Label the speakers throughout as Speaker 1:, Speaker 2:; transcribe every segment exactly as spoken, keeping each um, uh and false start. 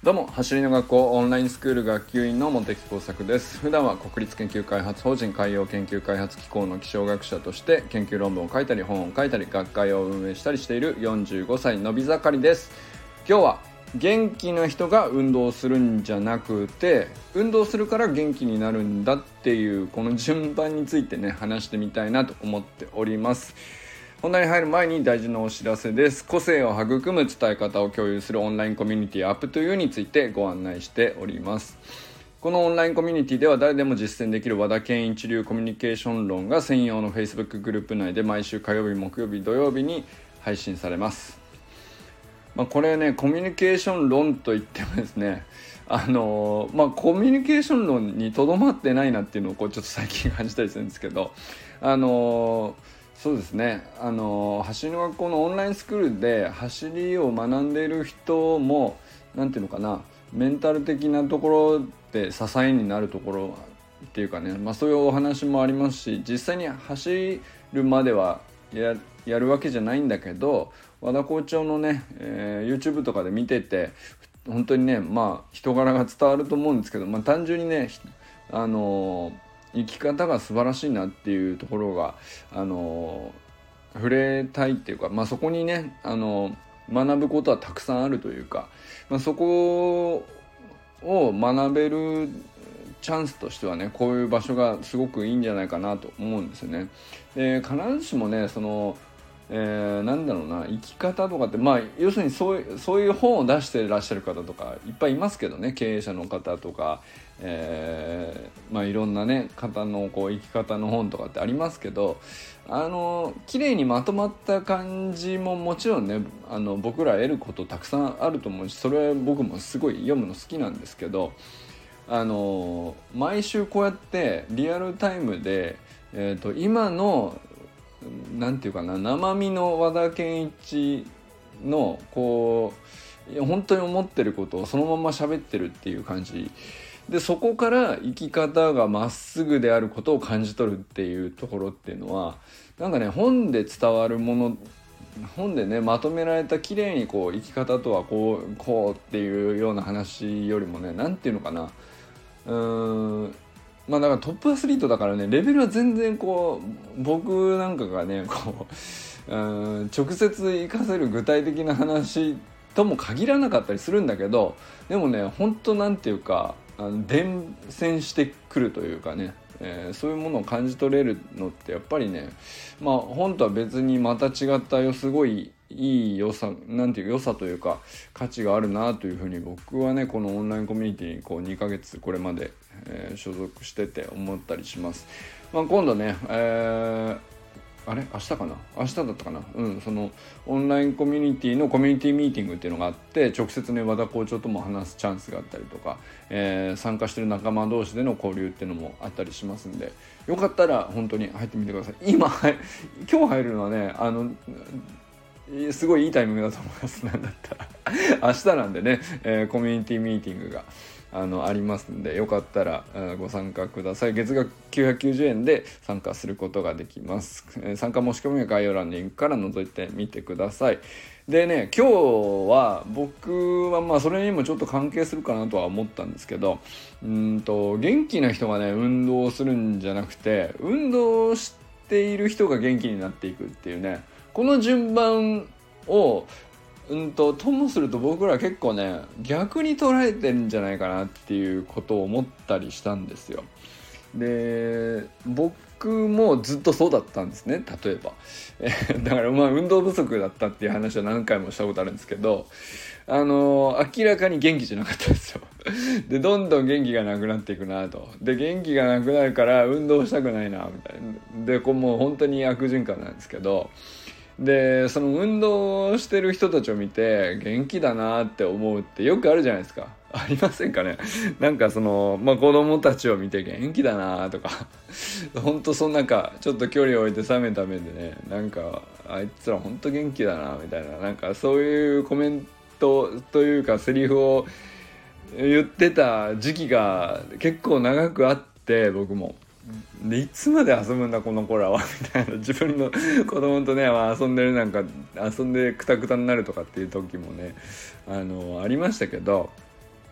Speaker 1: どうも、走りの学校オンラインスクール学級委員の茂木耕作です。普段は国立研究開発法人海洋研究開発機構の気象学者として研究論文を書いたり本を書いたり学会を運営したりしているよんじゅうごさいのび盛りです。今日は元気な人が運動するんじゃなくて運動するから元気になるんだっていうこの順番についてね話してみたいなと思っております。本題に入る前に大事なお知らせです。個性を育む伝え方を共有するオンラインコミュニティアップというについてご案内しております。このオンラインコミュニティでは誰でも実践できる和田健一流コミュニケーション論が専用の Facebook グループ内で毎週火曜日、木曜日、土曜日に配信されます。まあ、これねコミュニケーション論といってもですねあのー、まあコミュニケーション論にとどまってないなっていうのをこうちょっと最近感じたりするんですけどあのーそうですねあの走りの学校のオンラインスクールで走りを学んでいる人もなんていうのかなメンタル的なところで支えになるところっていうかね、まあ、そういうお話もありますし実際に走るまでは や, やるわけじゃないんだけど和田校長のね、えー、YouTube とかで見てて本当にねまあ人柄が伝わると思うんですけど、まあ、単純にねあのー生き方が素晴らしいなっていうところがあの触れたいっていうか、まあ、そこにねあの学ぶことはたくさんあるというか、まあ、そこを学べるチャンスとしてはねこういう場所がすごくいいんじゃないかなと思うんですよね。で必ずしもねそのえー、なんだろうな生き方とかってまあ要するにそういう、そういう本を出してらっしゃる方とかいっぱいいますけどね経営者の方とか、えー、まあいろんなね方のこう生き方の本とかってありますけどあの綺麗にまとまった感じももちろんねあの僕ら得ることたくさんあると思うしそれは僕もすごい読むの好きなんですけどあの毎週こうやってリアルタイムで、えーと、今のなんていうかな生身の和田健一のこう本当に思ってることをそのまま喋ってるっていう感じでそこから生き方がまっすぐであることを感じ取るっていうところっていうのはなんかね本で伝わるもの本でねまとめられた綺麗にこう生き方とはこうこうっていうような話よりもねなんていうのかなうーんまあだからトップアスリートだからねレベルは全然こう僕なんかがねこううん直接活かせる具体的な話とも限らなかったりするんだけどでもね本当なんていうかあの伝染してくるというかね、えー、そういうものを感じ取れるのってやっぱりねまあ本とは別にまた違ったよすごいいい良さなんていう良さというか価値があるなというふうに僕はねこのオンラインコミュニティにこうにかげつこれまで、えー、所属してて思ったりします。まあ、今度ね、えー、あれ明日かな明日だったかなうんそのオンラインコミュニティのコミュニティミーティングっていうのがあって直接ね和田校長とも話すチャンスがあったりとか、えー、参加してる仲間同士での交流っていうのもあったりしますんでよかったら本当に入ってみてください。今今日入るのはねあのすごいいいタイミングだと思いますなんだったら明日なんでね、えー、コミュニティミーティングがあのありますんでよかったらご参加ください。月額きゅうひゃくきゅうじゅうえんで参加することができます。えー、参加申し込みは概要欄のリンクから覗いてみてください。でね今日は僕はまあそれにもちょっと関係するかなとは思ったんですけどうんと元気な人がね運動するんじゃなくて運動している人が元気になっていくっていうねこの順番をうんとともすると僕ら結構ね逆に捉えてるんじゃないかなっていうことを思ったりしたんですよ。で僕もずっとそうだったんですね例えばえだからまあ運動不足だったっていう話は何回もしたことあるんですけどあの明らかに元気じゃなかったんですよでどんどん元気がなくなっていくなとで元気がなくなるから運動したくないなみたいなでこうもう本当に悪循環なんですけどでその運動してる人たちを見て元気だなって思うってよくあるじゃないですか。ありませんかね。なんかそのまあ子供たちを見て元気だなとかほんとそのなんかちょっと距離を置いて冷めた目でねなんかあいつらほんと元気だなみたいななんかそういうコメントというかセリフを言ってた時期が結構長くあって僕もでいつまで遊ぶんだこの子らはみたいな自分の子供とね、まあ、遊んでるなんか遊んでクタクタになるとかっていう時もね あのありましたけど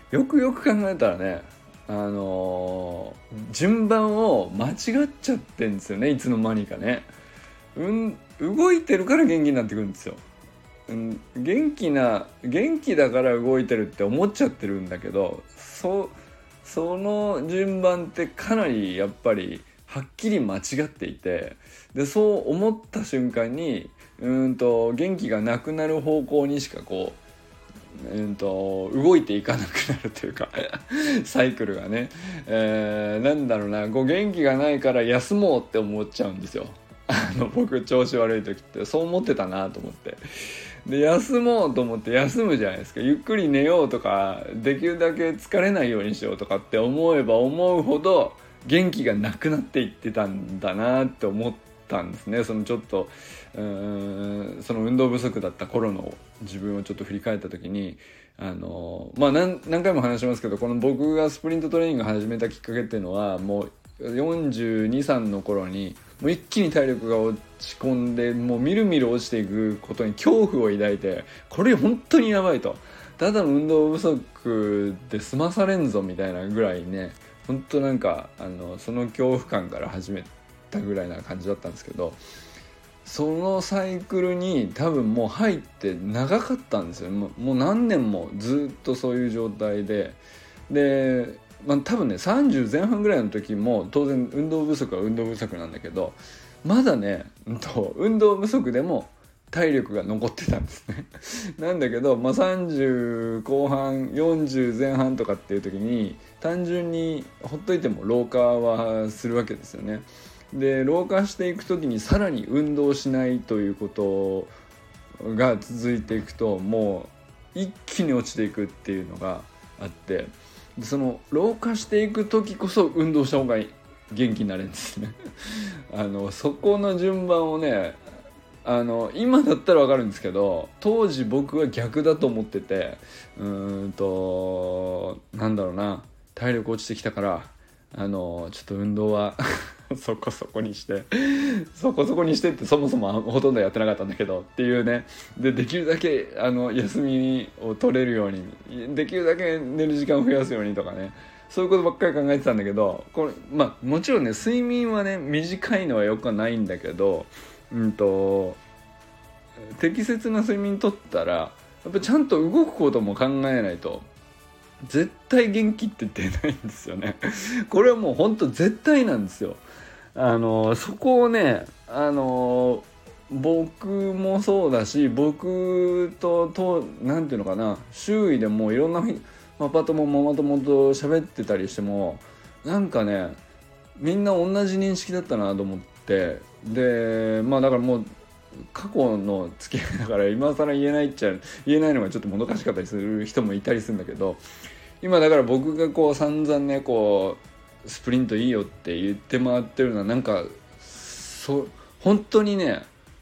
Speaker 1: よくよく考えたらね、あのー、順番を間違っちゃってんですよね、いつの間にかね。うん動いてるから元気になってくるんですよ。うん、元気な元気だから動いてるって思っちゃってるんだけど、そその順番ってかなりやっぱりはっきり間違っていて、でそう思った瞬間にうんと元気がなくなる方向にしかこううんと動いていかなくなるというかサイクルがね、えー、なんだろうな、こう元気がないから休もうって思っちゃうんですよ。あの僕調子悪い時ってそう思ってたなと思って、で休もうと思って休むじゃないですか。ゆっくり寝ようとか、できるだけ疲れないようにしようとかって思えば思うほど元気がなくなっていってたんだなって思ったんですね。そのちょっとうーんその運動不足だった頃の自分をちょっと振り返った時に、あのまあ 何, 何回も話しますけど、この僕がスプリントトレーニングを始めたきっかけっていうのは、もうよんじゅうに、さんの頃にもう一気に体力が落ち込んで、もうみるみる落ちていくことに恐怖を抱いて、これ本当にやばいと、ただの運動不足で済まされんぞみたいなぐらいね、本当なんかあのその恐怖感から始めたぐらいな感じだったんですけど、そのサイクルに多分もう入って長かったんですよ。もう、もう何年もずっとそういう状態で、でまあ、多分ねさんじゅう前半ぐらいの時も当然運動不足は運動不足なんだけど、まだね、うん、と運動不足でも体力が残ってたんですねなんだけど、まあ、さんじゅう後半よんじゅう前半とかっていう時に単純にほっといても老化はするわけですよね。で老化していく時にさらに運動しないということが続いていくと、もう一気に落ちていくっていうのがあって、その老化していく時こそ運動した方が元気になれるんですねあのそこの順番をね、あの今だったら分かるんですけど、当時僕は逆だと思ってて、うーんとなんだろうな、体力落ちてきたからあのちょっと運動はそこそこにしてそこそこにしてってそもそもほとんどやってなかったんだけどっていうね。でできるだけあの休みを取れるように、できるだけ寝る時間を増やすようにとかね、そういうことばっかり考えてたんだけど、これまあもちろんね睡眠はね短いのはよくはないんだけど、うんと適切な睡眠とったらやっぱちゃんと動くことも考えないと絶対元気って出ないんですよねこれはもうほんと絶対なんですよ。あのそこをね、あの僕もそうだし、僕ととなんていうのかな、周囲でもいろんなパパ友ママ友と喋ってたりしても、なんかねみんな同じ認識だったなと思って、でまあだからもう過去の付き合いだから今更言えないっちゃ言えないのがちょっともどかしかったりする人もいたりするんだけど、今だから僕がこう散々ねこうスプリントいいよって言って回ってるのはなんかそ本当にね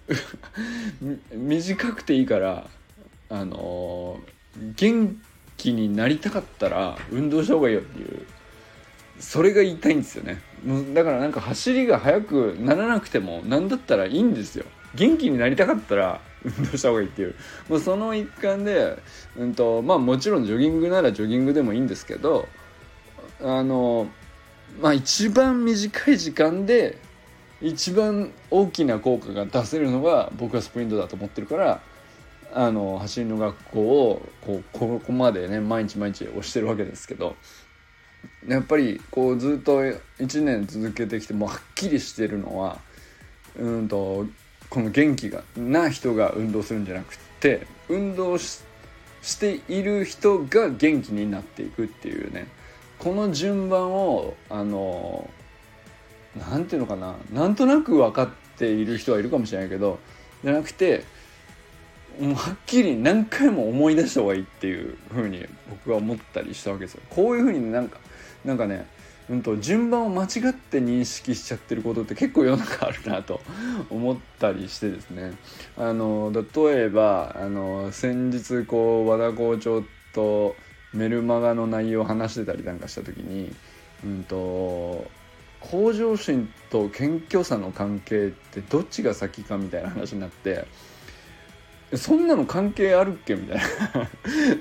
Speaker 1: 短くていいから、あのー、元気になりたかったら運動した方がいいよっていう、それが言いたいんですよね。だからなんか走りが速くならなくてもなんだったらいいんですよ。元気になりたかったら運動した方がいいっていう、もうその一環で、うんとまあ、もちろんジョギングならジョギングでもいいんですけど、あのまあ一番短い時間で一番大きな効果が出せるのが僕はスプリントだと思ってるから、あの走りの学校をこうここまでね毎日毎日押してるわけですけど、やっぱりこうずっといちねん続けてきてもうはっきりしてるのは、うんとこの元気がな人が運動するんじゃなくて、運動 し, している人が元気になっていくっていうね、この順番をあのなんていうのかな、なんとなく分かっている人はいるかもしれないけど、じゃなくてもうはっきり何回も思い出した方がいいっていう風に僕は思ったりしたわけですよ。こういう風になんかなんかね、うんと順番を間違って認識しちゃってることって結構世の中あるなと思ったりしてですね、あの例えばあの先日こう和田校長とメルマガの内容を話してたりなんかした時に、うんと向上心と謙虚さの関係ってどっちが先かみたいな話になって、そんなの関係あるっけみたいな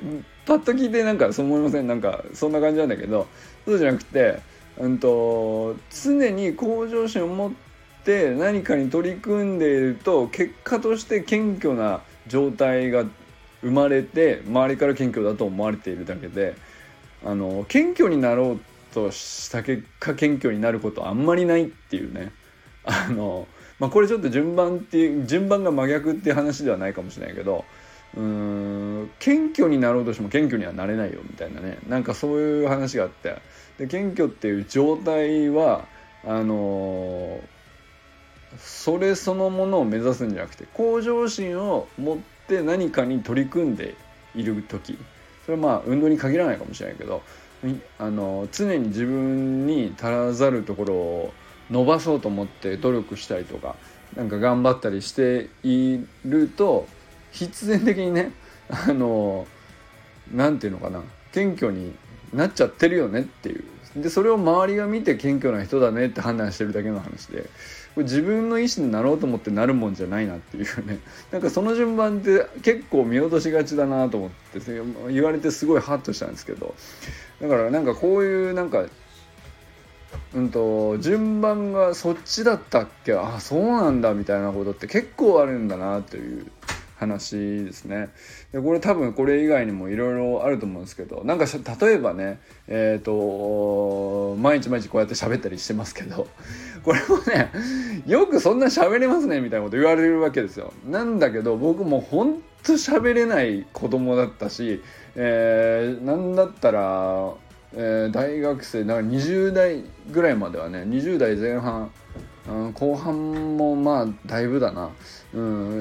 Speaker 1: パッと聞いてなんかそう思いません？なんかそんな感じなんだけど、そうじゃなくて、うんと常に向上心を持って何かに取り組んでいると、結果として謙虚な状態が生まれて、周りから謙虚だと思われているだけで、あの謙虚になろうとした結果謙虚になることあんまりないっていうね。あの、まあ、これちょっと順番っていう順番が真逆っていう話ではないかもしれないけど、うーん謙虚になろうとしても謙虚にはなれないよみたいなね、なんかそういう話があって、で謙虚っていう状態はあのそれそのものを目指すんじゃなくて、向上心を持って何かに取り組んでいる時、それはまあ運動に限らないかもしれないけど、あの常に自分に足らざるところを伸ばそうと思って努力したりとか、なんか頑張ったりしていると必然的にね、あのなんていうのかな、謙虚になっちゃってるよねっていう。でそれを周りが見て謙虚な人だねって判断してるだけの話で、これ自分の意思になろうと思ってなるもんじゃないなっていうね。なんかその順番って結構見落としがちだなと思って言われてすごいハッとしたんですけど、だからなんかこういうなんかうんと順番がそっちだったっけ、あそうなんだみたいなことって結構あるんだなという話ですね。でこれ多分これ以外にもいろいろあると思うんですけど、なんか例えばね、えっと毎日毎日こうやって喋ったりしてますけど、これもねよくそんな喋れますねみたいなこと言われるわけですよ。なんだけど僕もほんと喋れない子供だったし、えー、なんだったら、えー、大学生なんかにじゅう代ぐらいまではね、にじゅう代前半、うん、後半もまあだいぶだな、うん、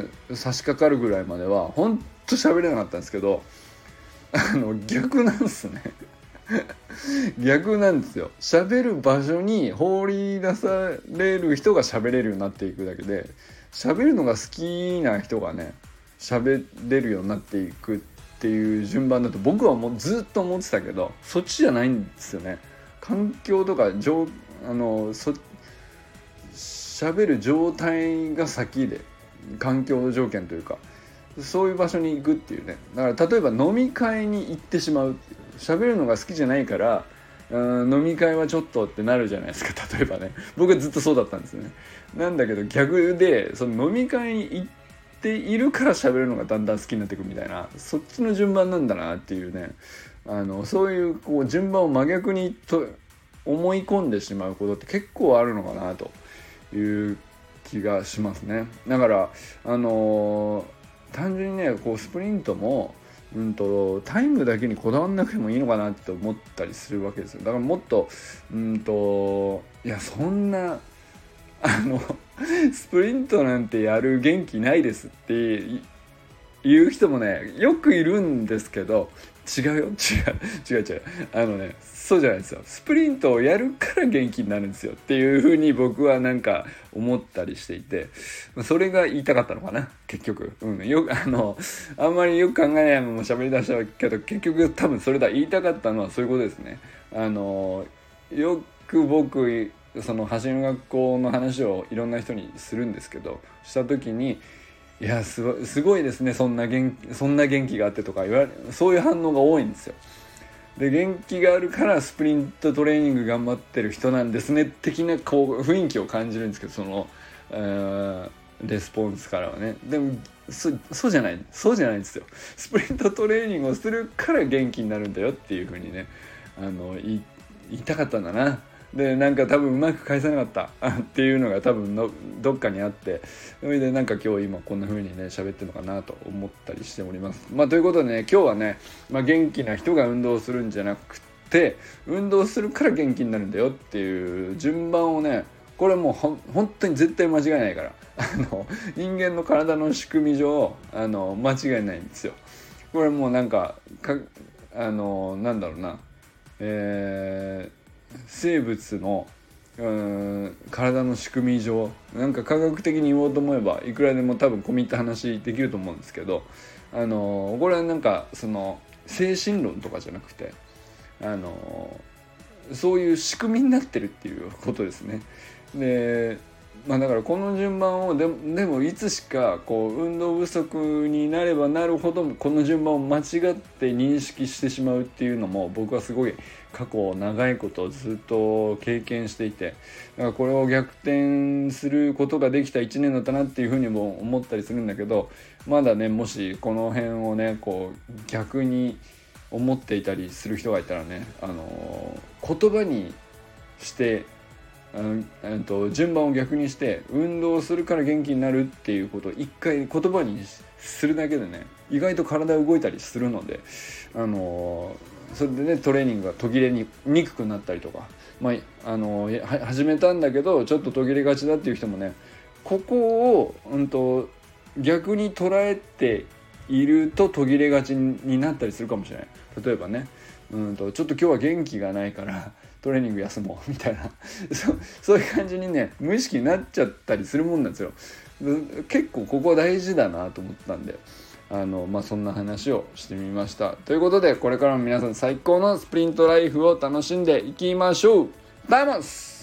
Speaker 1: 差し掛かるぐらいまではほんと喋れなかったんですけど、あの逆なんですね逆なんですよ。喋る場所に放り出される人が喋れるようになっていくだけで、喋るのが好きな人がね喋れるようになっていくっていう順番だと僕はもうずっと思ってたけど、そっちじゃないんですよね。環境とか状あのそ喋る状態が先で、環境条件というかそういう場所に行くっていうね。だから例えば飲み会に行ってしまうっていう、喋るのが好きじゃないから、うん飲み会はちょっとってなるじゃないですか。例えばね、僕はずっとそうだったんですよね。なんだけど逆で、その飲み会に行っているから喋るのがだんだん好きになっていくみたいな、そっちの順番なんだなっていうね。あのそういうこう順番を真逆にと思い込んでしまうことって結構あるのかなという気がしますね。だからあのー、単純にねこうスプリントも、うんとタイムだけにこだわんなくてもいいのかなって思ったりするわけですよ。だからもっとうんといやそんなあのスプリントなんてやる元気ないですっていう人もねよくいるんですけど、違うよ違う違う違うあのねそうじゃないですよ。スプリントをやるから元気になるんですよっていう風に僕はなんか思ったりしていて、それが言いたかったのかな結局、うん、よあのあんまりよく考えないまま喋り出したけど、結局多分それだ、言いたかったのはそういうことですね。あのよく僕その走りの学校の話をいろんな人にするんですけど、した時にいや すごい、すごいですねそんな元気そんな元気があってとか言われ、そういう反応が多いんですよ。で元気があるからスプリントトレーニング頑張ってる人なんですね的なこう雰囲気を感じるんですけど、その、えー、レスポンスからはね。でも そ, そうじゃないそうじゃないんですよ。スプリントトレーニングをするから元気になるんだよっていう風にね、あの 言, 言いたかったんだな。でなんか多分うまく返さなかったっていうのが多分のどっかにあって、それでなんか今日今こんな風にね喋ってるのかなと思ったりしております。まあということでね、今日はね、まあ、元気な人が運動するんじゃなくて運動するから元気になるんだよっていう順番をね、これもうほ本当に絶対間違いないから、あの人間の体の仕組み上あの間違いないんですよ。これもうなんかかあのなんだろうな、えー生物のうーん体の仕組み上、なんか科学的に言おうと思えばいくらでも多分込み入った話できると思うんですけど、あのこれはなんかその精神論とかじゃなくて、あのそういう仕組みになってるっていうことですね。でまあだからこの順番をでも、でもいつしかこう運動不足になればなるほどこの順番を間違って認識してしまうっていうのも僕はすごい過去長いことをずっと経験していて、だからこれを逆転することができたいちねんだったなっていうふうにも思ったりするんだけど、まだねもしこの辺をねこう逆に思っていたりする人がいたらね、あの言葉にしてあのえっと順番を逆にして運動するから元気になるっていうことを一回言葉にするだけでね意外と体動いたりするので、あのそれでねトレーニングが途切れにくくなったりとか、まああの始めたんだけどちょっと途切れがちだっていう人もねここを、うんと、逆に捉えていると途切れがちになったりするかもしれない。例えばね、うんとちょっと今日は元気がないからトレーニング休もうみたいなそ, そういう感じにね無意識になっちゃったりするもんなんですよ。結構ここ大事だなと思ったんで、あの、まあ、そんな話をしてみました。ということでこれからも皆さん最高のスプリントライフを楽しんでいきましょう。バイバス。